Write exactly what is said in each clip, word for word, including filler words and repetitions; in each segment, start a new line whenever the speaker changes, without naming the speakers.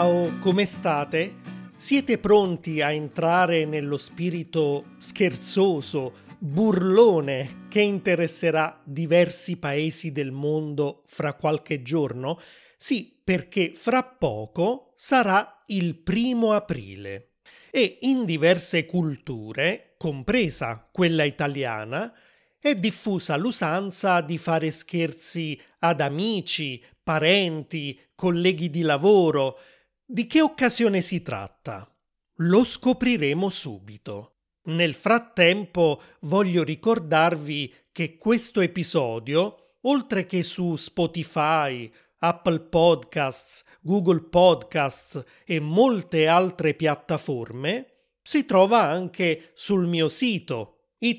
Ciao, come state? Siete pronti a entrare nello spirito scherzoso, burlone che interesserà diversi paesi del mondo fra qualche giorno? Sì, perché fra poco sarà il primo aprile e in diverse culture, compresa quella italiana, è diffusa l'usanza di fare scherzi ad amici, parenti, colleghi di lavoro. Di che occasione si tratta? Lo scopriremo subito. Nel frattempo voglio ricordarvi che questo episodio, oltre che su Spotify, Apple Podcasts, Google Podcasts e molte altre piattaforme, si trova anche sul mio sito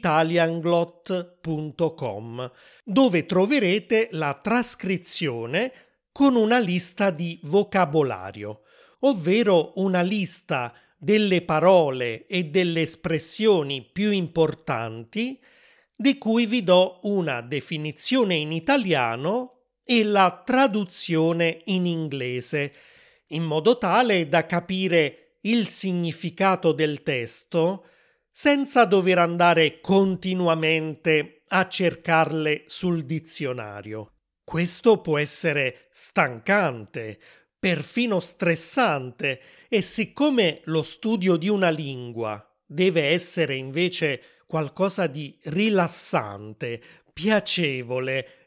italianglot punto com, dove troverete la trascrizione con una lista di vocabolario, ovvero una lista delle parole e delle espressioni più importanti di cui vi do una definizione in italiano e la traduzione in inglese, in modo tale da capire il significato del testo senza dover andare continuamente a cercarle sul dizionario. Questo può essere stancante, perfino stressante, e siccome lo studio di una lingua deve essere invece qualcosa di rilassante, piacevole,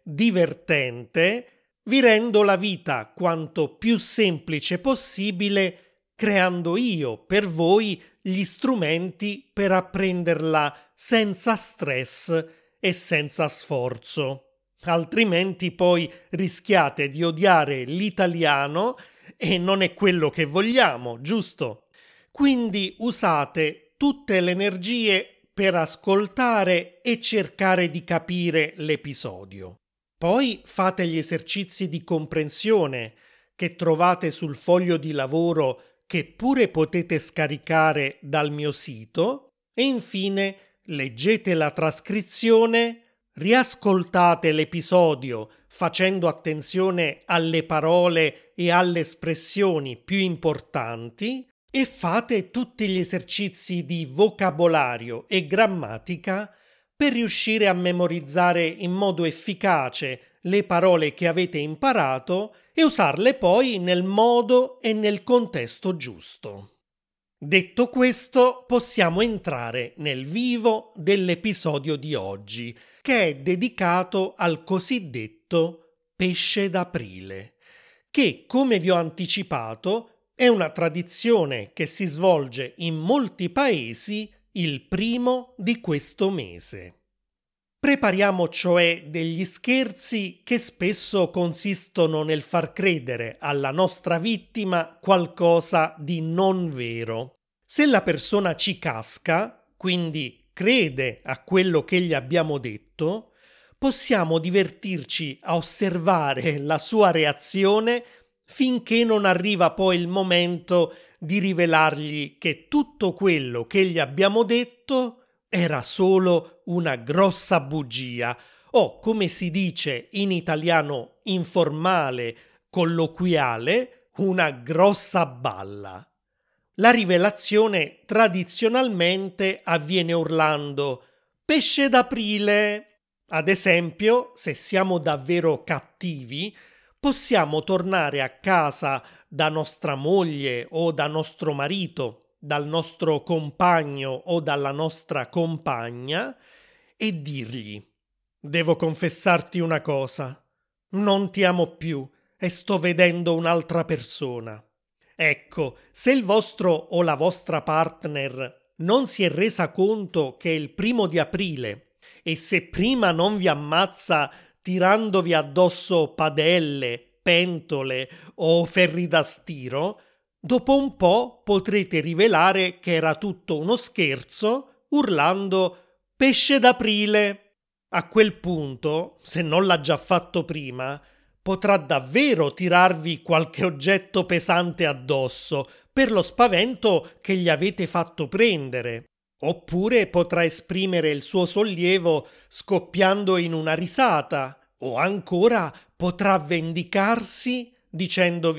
divertente, vi rendo la vita quanto più semplice possibile creando io per voi gli strumenti per apprenderla senza stress e senza sforzo. Altrimenti poi rischiate di odiare l'italiano e non è quello che vogliamo, giusto? Quindi usate tutte le energie per ascoltare e cercare di capire l'episodio. Poi fate gli esercizi di comprensione che trovate sul foglio di lavoro che pure potete scaricare dal mio sito e infine leggete la trascrizione, riascoltate l'episodio facendo attenzione alle parole e alle espressioni più importanti e fate tutti gli esercizi di vocabolario e grammatica per riuscire a memorizzare in modo efficace le parole che avete imparato e usarle poi nel modo e nel contesto giusto. Detto questo, possiamo entrare nel vivo dell'episodio di oggi, che è dedicato al cosiddetto pesce d'aprile, che, come vi ho anticipato, è una tradizione che si svolge in molti paesi il primo di questo mese. Prepariamo cioè degli scherzi che spesso consistono nel far credere alla nostra vittima qualcosa di non vero. Se la persona ci casca, quindi crede a quello che gli abbiamo detto, possiamo divertirci a osservare la sua reazione finché non arriva poi il momento di rivelargli che tutto quello che gli abbiamo detto era solo una grossa bugia o, come si dice in italiano informale, colloquiale, una grossa balla. La rivelazione tradizionalmente avviene urlando «Pesce d'aprile!». Ad esempio, se siamo davvero cattivi, possiamo tornare a casa da nostra moglie o da nostro marito, dal nostro compagno o dalla nostra compagna e dirgli: «Devo confessarti una cosa, non ti amo più e sto vedendo un'altra persona». Ecco, se il vostro o la vostra partner non si è resa conto che è il primo di aprile e se prima non vi ammazza tirandovi addosso padelle, pentole o ferri da stiro, dopo un po' potrete rivelare che era tutto uno scherzo urlando «Pesce d'aprile!». A quel punto, se non l'ha già fatto prima, potrà davvero tirarvi qualche oggetto pesante addosso per lo spavento che gli avete fatto prendere. Oppure potrà esprimere il suo sollievo scoppiando in una risata, o ancora potrà vendicarsi dicendovi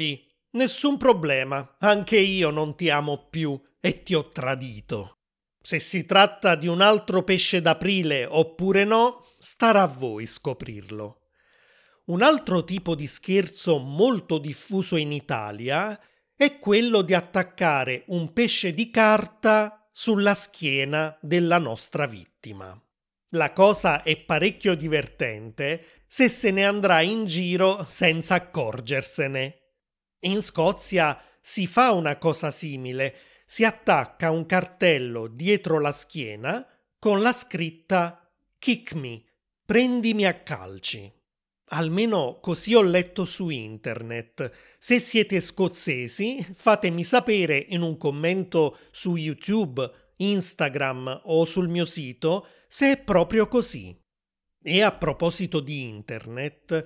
Nessun problema, anche io non ti amo più e ti ho tradito. Se si tratta di un altro pesce d'aprile oppure no, starà a voi scoprirlo. Un altro tipo di scherzo molto diffuso in Italia è quello di attaccare un pesce di carta sulla schiena della nostra vittima. La cosa è parecchio divertente se se ne andrà in giro senza accorgersene. In Scozia si fa una cosa simile, si attacca un cartello dietro la schiena con la scritta "Kick me", prendimi a calci. Almeno così ho letto su internet. Se siete scozzesi, fatemi sapere in un commento su YouTube, Instagram o sul mio sito se è proprio così. E a proposito di internet,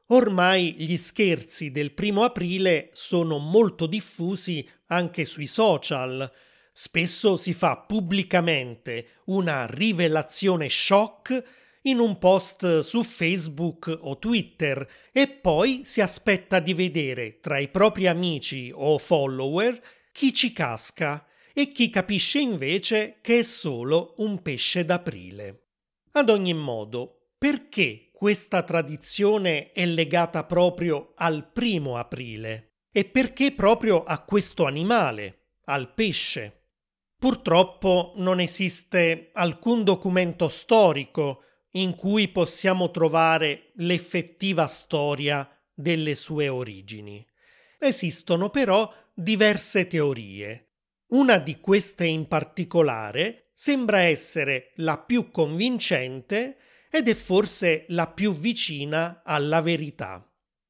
ormai gli scherzi del primo aprile sono molto diffusi anche sui social. Spesso si fa pubblicamente una rivelazione shock in un post su Facebook o Twitter e poi si aspetta di vedere tra i propri amici o follower chi ci casca e chi capisce invece che è solo un pesce d'aprile. Ad ogni modo, perché questa tradizione è legata proprio al primo aprile? E perché proprio a questo animale, al pesce? Purtroppo non esiste alcun documento storico in cui possiamo trovare l'effettiva storia delle sue origini. Esistono però diverse teorie. Una di queste in particolare sembra essere la più convincente ed è forse la più vicina alla verità.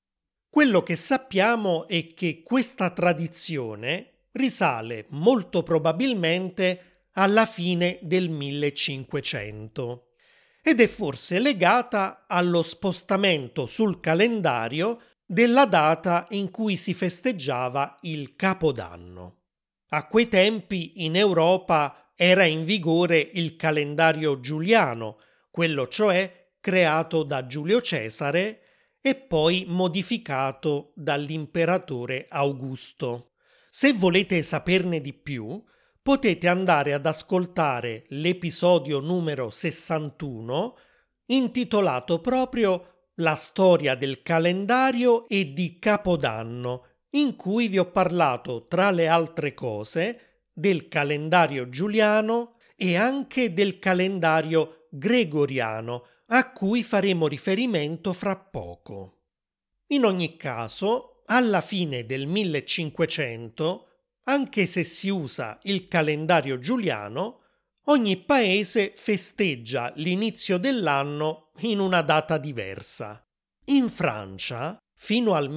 Quello che sappiamo è che questa tradizione risale molto probabilmente alla fine del millecinquecento ed è forse legata allo spostamento sul calendario della data in cui si festeggiava il Capodanno. A quei tempi in Europa era in vigore il calendario giuliano, quello cioè creato da Giulio Cesare e poi modificato dall'imperatore Augusto. Se volete saperne di più, potete andare ad ascoltare l'episodio numero sessantuno intitolato proprio La storia del calendario e di Capodanno, in cui vi ho parlato, tra le altre cose, del calendario giuliano e anche del calendario gregoriano, a cui faremo riferimento fra poco. In ogni caso, alla fine del millecinquecento, anche se si usa il calendario giuliano, ogni paese festeggia l'inizio dell'anno in una data diversa. In Francia, fino al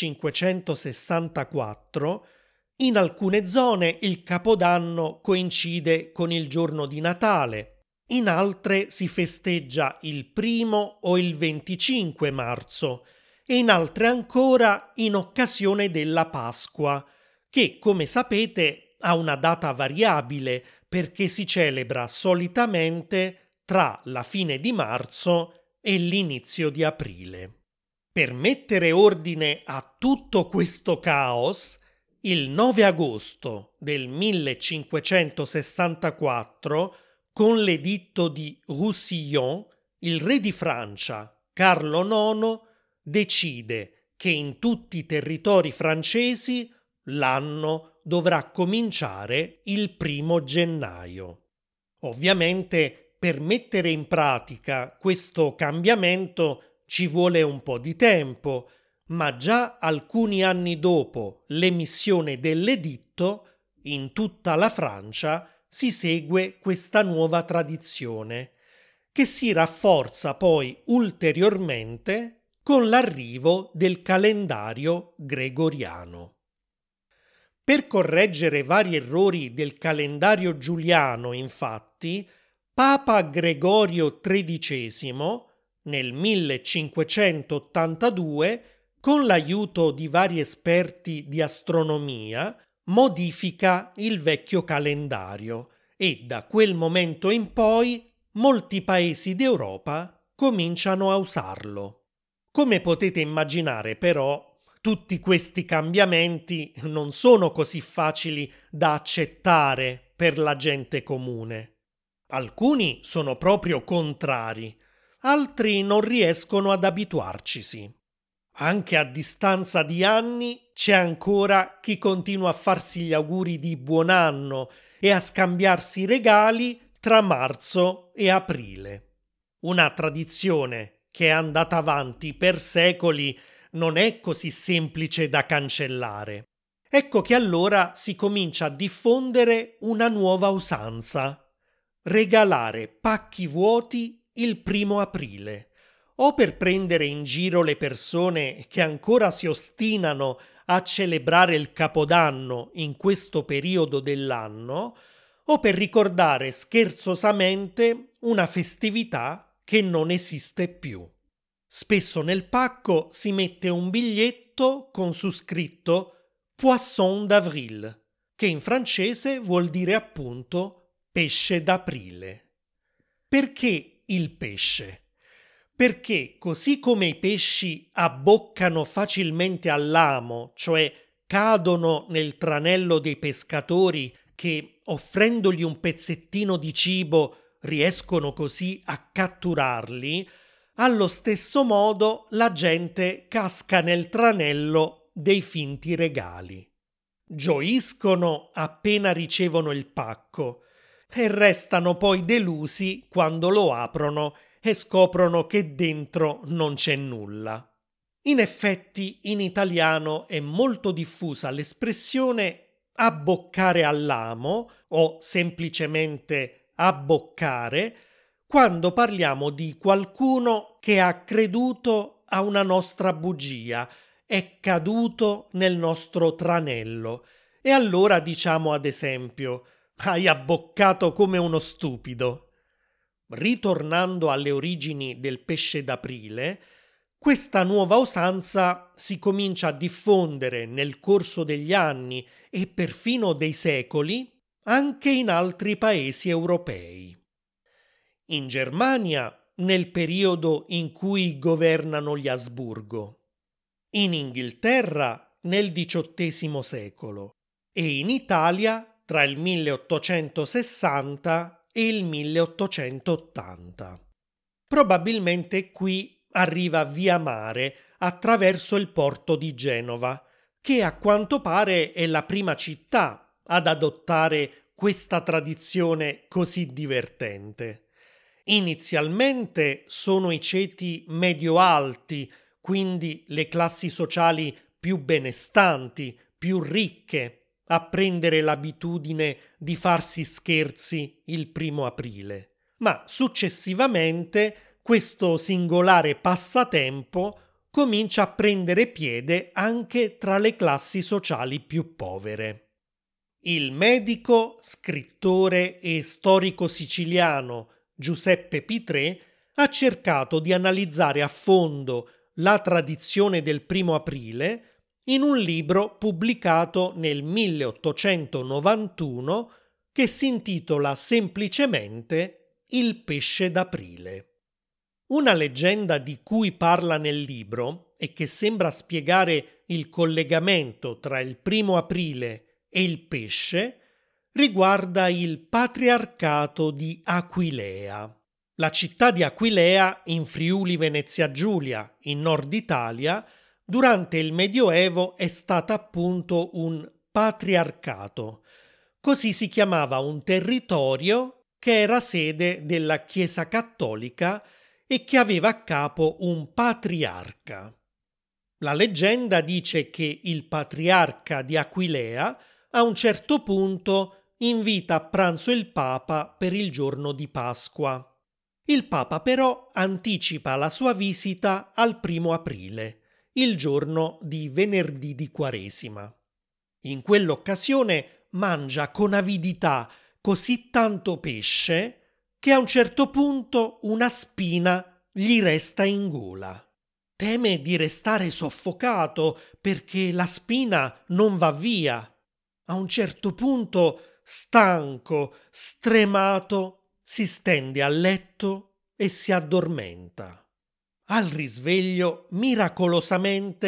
millecinquecentosessantaquattro, in alcune zone il Capodanno coincide con il giorno di Natale, in altre si festeggia il primo o il venticinque marzo e in altre ancora in occasione della Pasqua, che, come sapete, ha una data variabile perché si celebra solitamente tra la fine di marzo e l'inizio di aprile. Per mettere ordine a tutto questo caos, il nove agosto del millecinquecentosessantaquattro, con l'editto di Roussillon, il re di Francia, Carlo nono, decide che in tutti i territori francesi l'anno dovrà cominciare il primo gennaio. Ovviamente, per mettere in pratica questo cambiamento ci vuole un po' di tempo, ma già alcuni anni dopo l'emissione dell'editto, in tutta la Francia si segue questa nuova tradizione, che si rafforza poi ulteriormente con l'arrivo del calendario gregoriano. Per correggere vari errori del calendario giuliano, infatti, Papa Gregorio tredicesimo, nel millecinquecentottantadue, con l'aiuto di vari esperti di astronomia, modifica il vecchio calendario e da quel momento in poi molti paesi d'Europa cominciano a usarlo. Come potete immaginare, però, tutti questi cambiamenti non sono così facili da accettare per la gente comune. Alcuni sono proprio contrari, altri non riescono ad abituarcisi. Anche a distanza di anni c'è ancora chi continua a farsi gli auguri di buon anno e a scambiarsi regali tra marzo e aprile. Una tradizione che è andata avanti per secoli non è così semplice da cancellare. Ecco che allora si comincia a diffondere una nuova usanza: regalare pacchi vuoti il primo aprile, o per prendere in giro le persone che ancora si ostinano a celebrare il Capodanno in questo periodo dell'anno, o per ricordare scherzosamente una festività che non esiste più. Spesso nel pacco si mette un biglietto con su scritto Poisson d'avril, che in francese vuol dire appunto pesce d'aprile. Perché il pesce? Perché così come i pesci abboccano facilmente all'amo, cioè cadono nel tranello dei pescatori che, offrendogli un pezzettino di cibo, riescono così a catturarli, allo stesso modo la gente casca nel tranello dei finti regali. Gioiscono appena ricevono il pacco e restano poi delusi quando lo aprono e scoprono che dentro non c'è nulla. In effetti, in italiano è molto diffusa l'espressione abboccare all'amo o semplicemente abboccare quando parliamo di qualcuno che ha creduto a una nostra bugia, è caduto nel nostro tranello, e allora diciamo ad esempio: hai abboccato come uno stupido. Ritornando alle origini del pesce d'aprile, questa nuova usanza si comincia a diffondere nel corso degli anni e perfino dei secoli anche in altri paesi europei. In Germania, nel periodo in cui governano gli Asburgo, in Inghilterra nel diciottesimo secolo e in Italia tra il milleottocentosessanta e il milleottocentottanta. Probabilmente qui arriva via mare attraverso il porto di Genova, che a quanto pare è la prima città ad adottare questa tradizione così divertente. Inizialmente sono i ceti medio-alti, quindi le classi sociali più benestanti, più ricche, a prendere l'abitudine di farsi scherzi il primo aprile. Ma successivamente questo singolare passatempo comincia a prendere piede anche tra le classi sociali più povere. Il medico, scrittore e storico siciliano Giuseppe Pitrè ha cercato di analizzare a fondo la tradizione del primo aprile in un libro pubblicato nel milleottocentonovantuno che si intitola semplicemente Il pesce d'aprile. Una leggenda di cui parla nel libro e che sembra spiegare il collegamento tra il primo aprile e il pesce riguarda il patriarcato di Aquilea. La città di Aquilea, in Friuli Venezia Giulia, in Nord Italia, durante il Medioevo è stata appunto un patriarcato. Così si chiamava un territorio che era sede della Chiesa Cattolica e che aveva a capo un patriarca. La leggenda dice che il patriarca di Aquilea a un certo punto invita a pranzo il Papa per il giorno di Pasqua. Il Papa però anticipa la sua visita al primo aprile, il giorno di venerdì di Quaresima. In quell'occasione mangia con avidità così tanto pesce che a un certo punto una spina gli resta in gola. Teme di restare soffocato perché la spina non va via. A un certo punto, stanco, stremato, si stende a letto e si addormenta. Al risveglio, miracolosamente,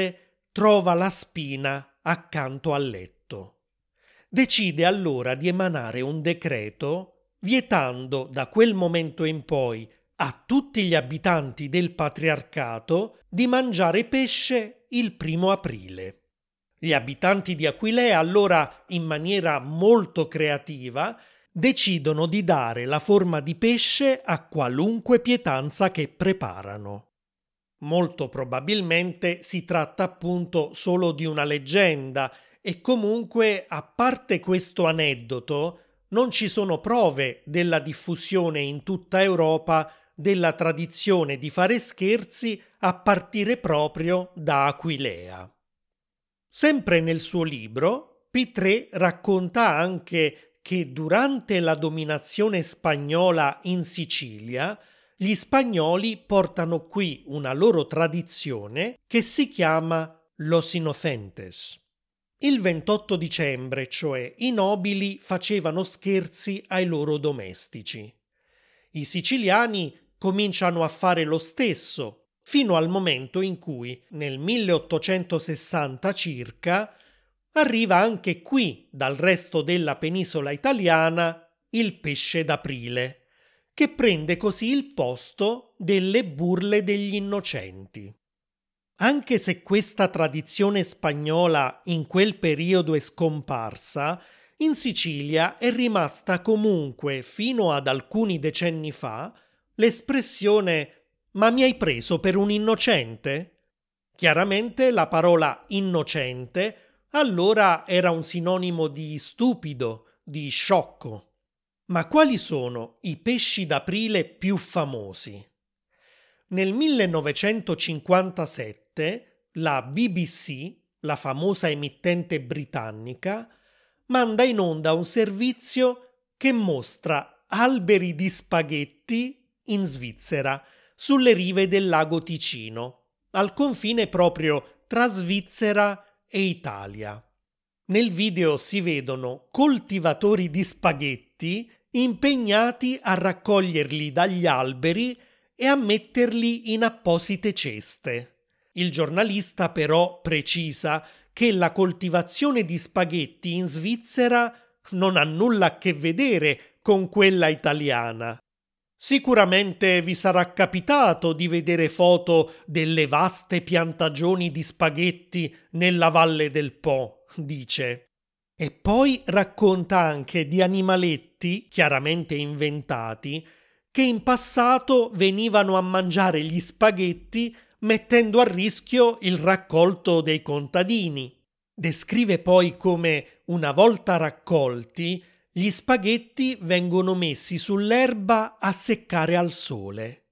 trova la spina accanto al letto. Decide allora di emanare un decreto vietando da quel momento in poi a tutti gli abitanti del patriarcato di mangiare pesce il primo aprile. Gli abitanti di Aquilea allora, in maniera molto creativa, decidono di dare la forma di pesce a qualunque pietanza che preparano. Molto probabilmente si tratta appunto solo di una leggenda e comunque, a parte questo aneddoto, non ci sono prove della diffusione in tutta Europa della tradizione di fare scherzi a partire proprio da Aquilea. Sempre nel suo libro, Pitrè racconta anche che durante la dominazione spagnola in Sicilia, gli spagnoli portano qui una loro tradizione che si chiama Los Inocentes. Il ventotto dicembre, cioè, i nobili facevano scherzi ai loro domestici. I siciliani cominciano a fare lo stesso, fino al momento in cui, nel milleottocentosessanta circa, arriva anche qui, dal resto della penisola italiana, il pesce d'aprile, che prende così il posto delle burle degli innocenti. Anche se questa tradizione spagnola in quel periodo è scomparsa, in Sicilia è rimasta comunque, fino ad alcuni decenni fa, l'espressione «Ma mi hai preso per un innocente?» Chiaramente la parola innocente allora era un sinonimo di stupido, di sciocco. Ma quali sono i pesci d'aprile più famosi? Nel millenovecentocinquantasette la B B C, la famosa emittente britannica, manda in onda un servizio che mostra alberi di spaghetti in Svizzera, sulle rive del lago Ticino, al confine proprio tra Svizzera e Italia. Nel video si vedono coltivatori di spaghetti impegnati a raccoglierli dagli alberi e a metterli in apposite ceste. Il giornalista però precisa che la coltivazione di spaghetti in Svizzera non ha nulla a che vedere con quella italiana. Sicuramente vi sarà capitato di vedere foto delle vaste piantagioni di spaghetti nella Valle del Po, dice. E poi racconta anche di animaletti, chiaramente inventati, che in passato venivano a mangiare gli spaghetti mettendo a rischio il raccolto dei contadini. Descrive poi come, una volta raccolti, gli spaghetti vengono messi sull'erba a seccare al sole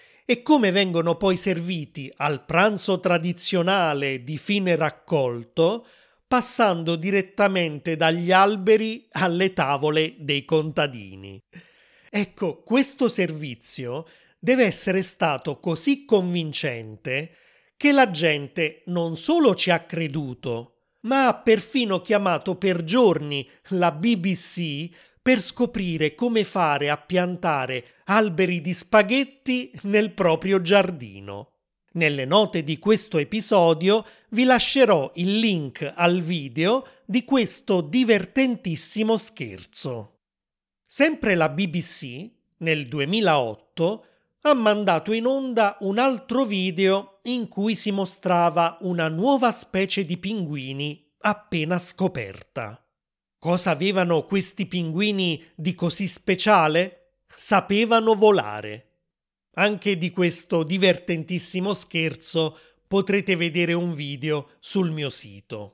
e come vengono poi serviti al pranzo tradizionale di fine raccolto, passando direttamente dagli alberi alle tavole dei contadini. Ecco, questo servizio deve essere stato così convincente che la gente non solo ci ha creduto, ma ha perfino chiamato per giorni la B B C per scoprire come fare a piantare alberi di spaghetti nel proprio giardino. Nelle note di questo episodio vi lascerò il link al video di questo divertentissimo scherzo. Sempre la B B C, nel duemilaotto, ha mandato in onda un altro video in cui si mostrava una nuova specie di pinguini appena scoperta. Cosa avevano questi pinguini di così speciale? Sapevano volare. Anche di questo divertentissimo scherzo potrete vedere un video sul mio sito.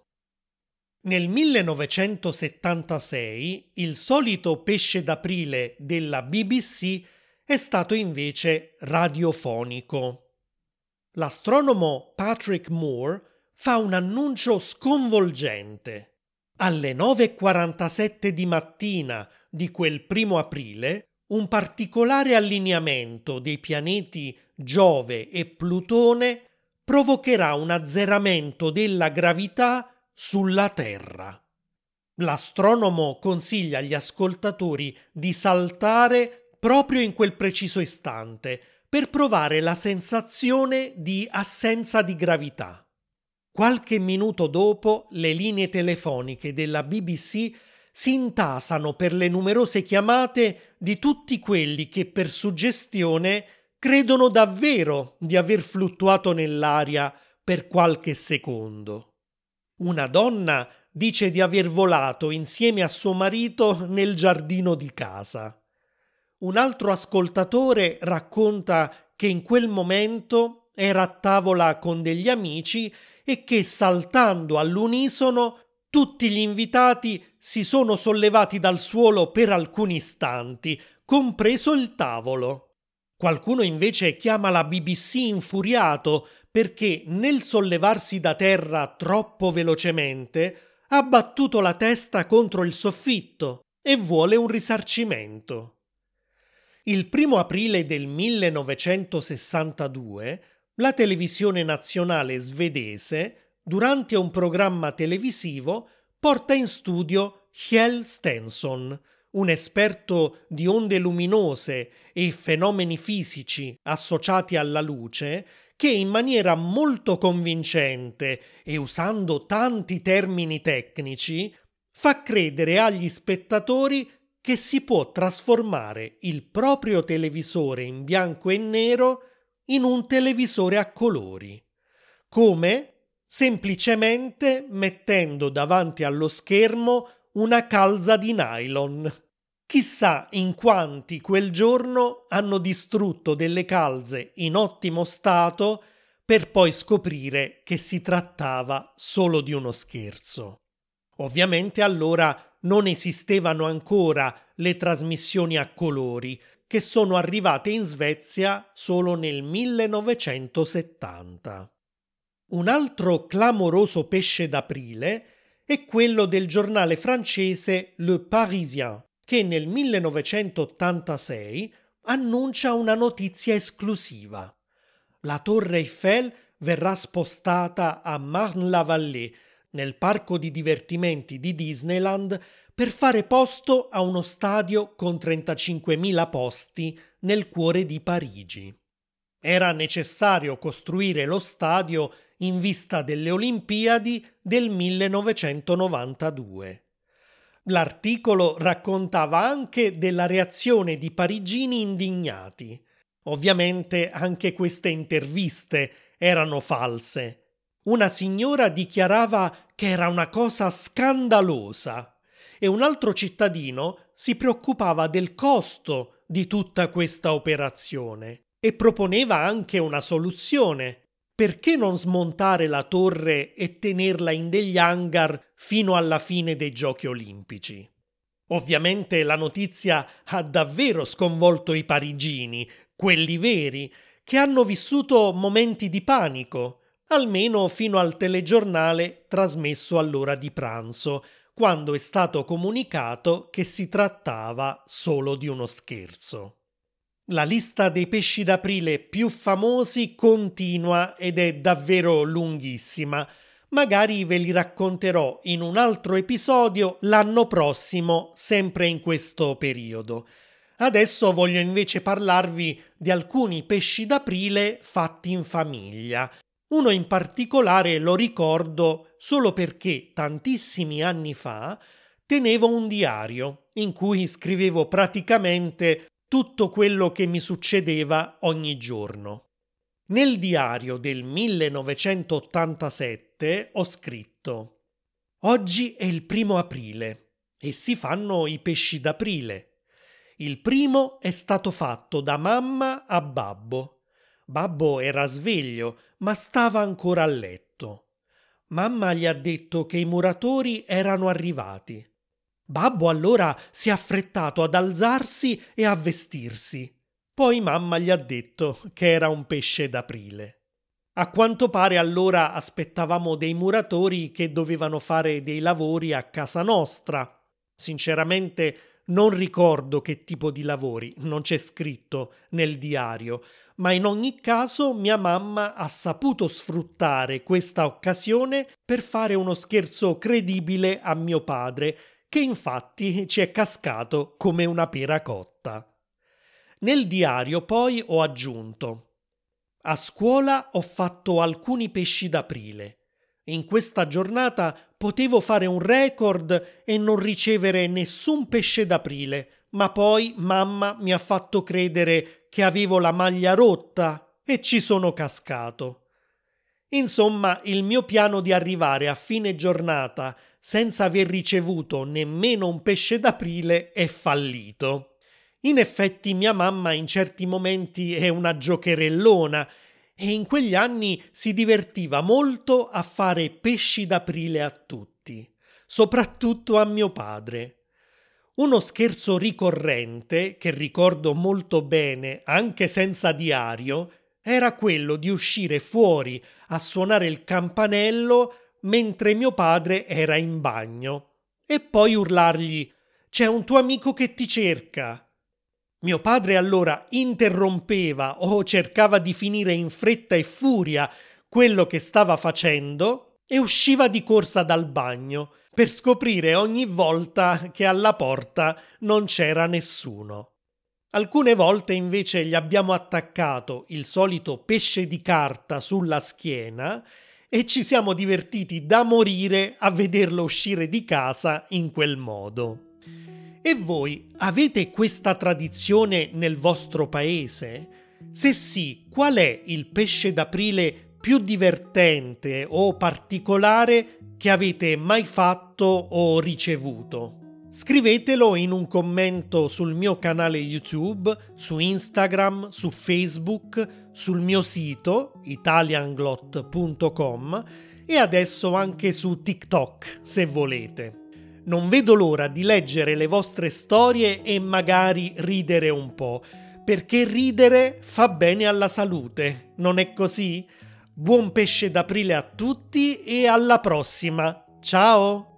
Nel millenovecentosettantasei il solito pesce d'aprile della B B C è stato invece radiofonico. L'astronomo Patrick Moore fa un annuncio sconvolgente. Alle nove e quarantasette di mattina di quel primo aprile, un particolare allineamento dei pianeti Giove e Plutone provocherà un azzeramento della gravità sulla Terra. L'astronomo consiglia agli ascoltatori di saltare proprio in quel preciso istante per provare la sensazione di assenza di gravità. Qualche minuto dopo le linee telefoniche della B B C si intasano per le numerose chiamate di tutti quelli che per suggestione credono davvero di aver fluttuato nell'aria per qualche secondo. Una donna dice di aver volato insieme a suo marito nel giardino di casa. Un altro ascoltatore racconta che in quel momento era a tavola con degli amici e che saltando all'unisono tutti gli invitati si sono sollevati dal suolo per alcuni istanti, compreso il tavolo. Qualcuno invece chiama la B B C infuriato perché nel sollevarsi da terra troppo velocemente ha battuto la testa contro il soffitto e vuole un risarcimento. Il primo aprile del millenovecentosessantadue la televisione nazionale svedese, durante un programma televisivo, porta in studio Kjell Stenson, un esperto di onde luminose e fenomeni fisici associati alla luce, che in maniera molto convincente e usando tanti termini tecnici fa credere agli spettatori che si può trasformare il proprio televisore in bianco e nero in un televisore a colori. Come? Semplicemente mettendo davanti allo schermo una calza di nylon. Chissà in quanti quel giorno hanno distrutto delle calze in ottimo stato per poi scoprire che si trattava solo di uno scherzo. Ovviamente allora non esistevano ancora le trasmissioni a colori, che sono arrivate in Svezia solo nel millenovecentosettanta. Un altro clamoroso pesce d'aprile è quello del giornale francese Le Parisien, che nel millenovecentottantasei annuncia una notizia esclusiva. La Torre Eiffel verrà spostata a Marne-la-Vallée, nel parco di divertimenti di Disneyland, per fare posto a uno stadio con trentacinquemila posti nel cuore di Parigi. Era necessario costruire lo stadio in vista delle Olimpiadi del millenovecentonovantadue. L'articolo raccontava anche della reazione di parigini indignati. Ovviamente anche queste interviste erano false. Una signora dichiarava che era una cosa scandalosa e un altro cittadino si preoccupava del costo di tutta questa operazione e proponeva anche una soluzione. Perché non smontare la torre e tenerla in degli hangar fino alla fine dei Giochi Olimpici? Ovviamente la notizia ha davvero sconvolto i parigini, quelli veri, che hanno vissuto momenti di panico, almeno fino al telegiornale trasmesso all'ora di pranzo, quando è stato comunicato che si trattava solo di uno scherzo. La lista dei pesci d'aprile più famosi continua ed è davvero lunghissima. Magari ve li racconterò in un altro episodio l'anno prossimo, sempre in questo periodo. Adesso voglio invece parlarvi di alcuni pesci d'aprile fatti in famiglia. Uno in particolare lo ricordo solo perché tantissimi anni fa tenevo un diario in cui scrivevo praticamente tutto quello che mi succedeva ogni giorno. Nel diario del millenovecentottantasette ho scritto: oggi è il primo aprile e si fanno i pesci d'aprile. Il primo è stato fatto da mamma a babbo. Babbo era sveglio, ma stava ancora a letto. Mamma gli ha detto che i muratori erano arrivati. Babbo allora si è affrettato ad alzarsi e a vestirsi. Poi mamma gli ha detto che era un pesce d'aprile. A quanto pare allora aspettavamo dei muratori che dovevano fare dei lavori a casa nostra. Sinceramente non ricordo che tipo di lavori, non c'è scritto nel diario, ma in ogni caso mia mamma ha saputo sfruttare questa occasione per fare uno scherzo credibile a mio padre, che infatti ci è cascato come una pera cotta. Nel diario poi ho aggiunto: a scuola ho fatto alcuni pesci d'aprile. In questa giornata potevo fare un record e non ricevere nessun pesce d'aprile, ma poi mamma mi ha fatto credere che avevo la maglia rotta e ci sono cascato. Insomma, il mio piano di arrivare a fine giornata senza aver ricevuto nemmeno un pesce d'aprile è fallito. In effetti mia mamma in certi momenti è una giocherellona e in quegli anni si divertiva molto a fare pesci d'aprile a tutti, soprattutto a mio padre. Uno scherzo ricorrente, che ricordo molto bene anche senza diario, era quello di uscire fuori a suonare il campanello mentre mio padre era in bagno e poi urlargli «C'è un tuo amico che ti cerca!». Mio padre allora interrompeva o cercava di finire in fretta e furia quello che stava facendo e usciva di corsa dal bagno per scoprire ogni volta che alla porta non c'era nessuno. Alcune volte invece gli abbiamo attaccato il solito pesce di carta sulla schiena e ci siamo divertiti da morire a vederlo uscire di casa in quel modo. E voi avete questa tradizione nel vostro paese? Se sì, qual è il pesce d'aprile più divertente o particolare che avete mai fatto o ricevuto? Scrivetelo in un commento sul mio canale YouTube, su Instagram, su Facebook, sul mio sito italianglot punto com e adesso anche su TikTok se volete. Non vedo l'ora di leggere le vostre storie e magari ridere un po', perché ridere fa bene alla salute, non è così? Buon pesce d'aprile a tutti e alla prossima! Ciao!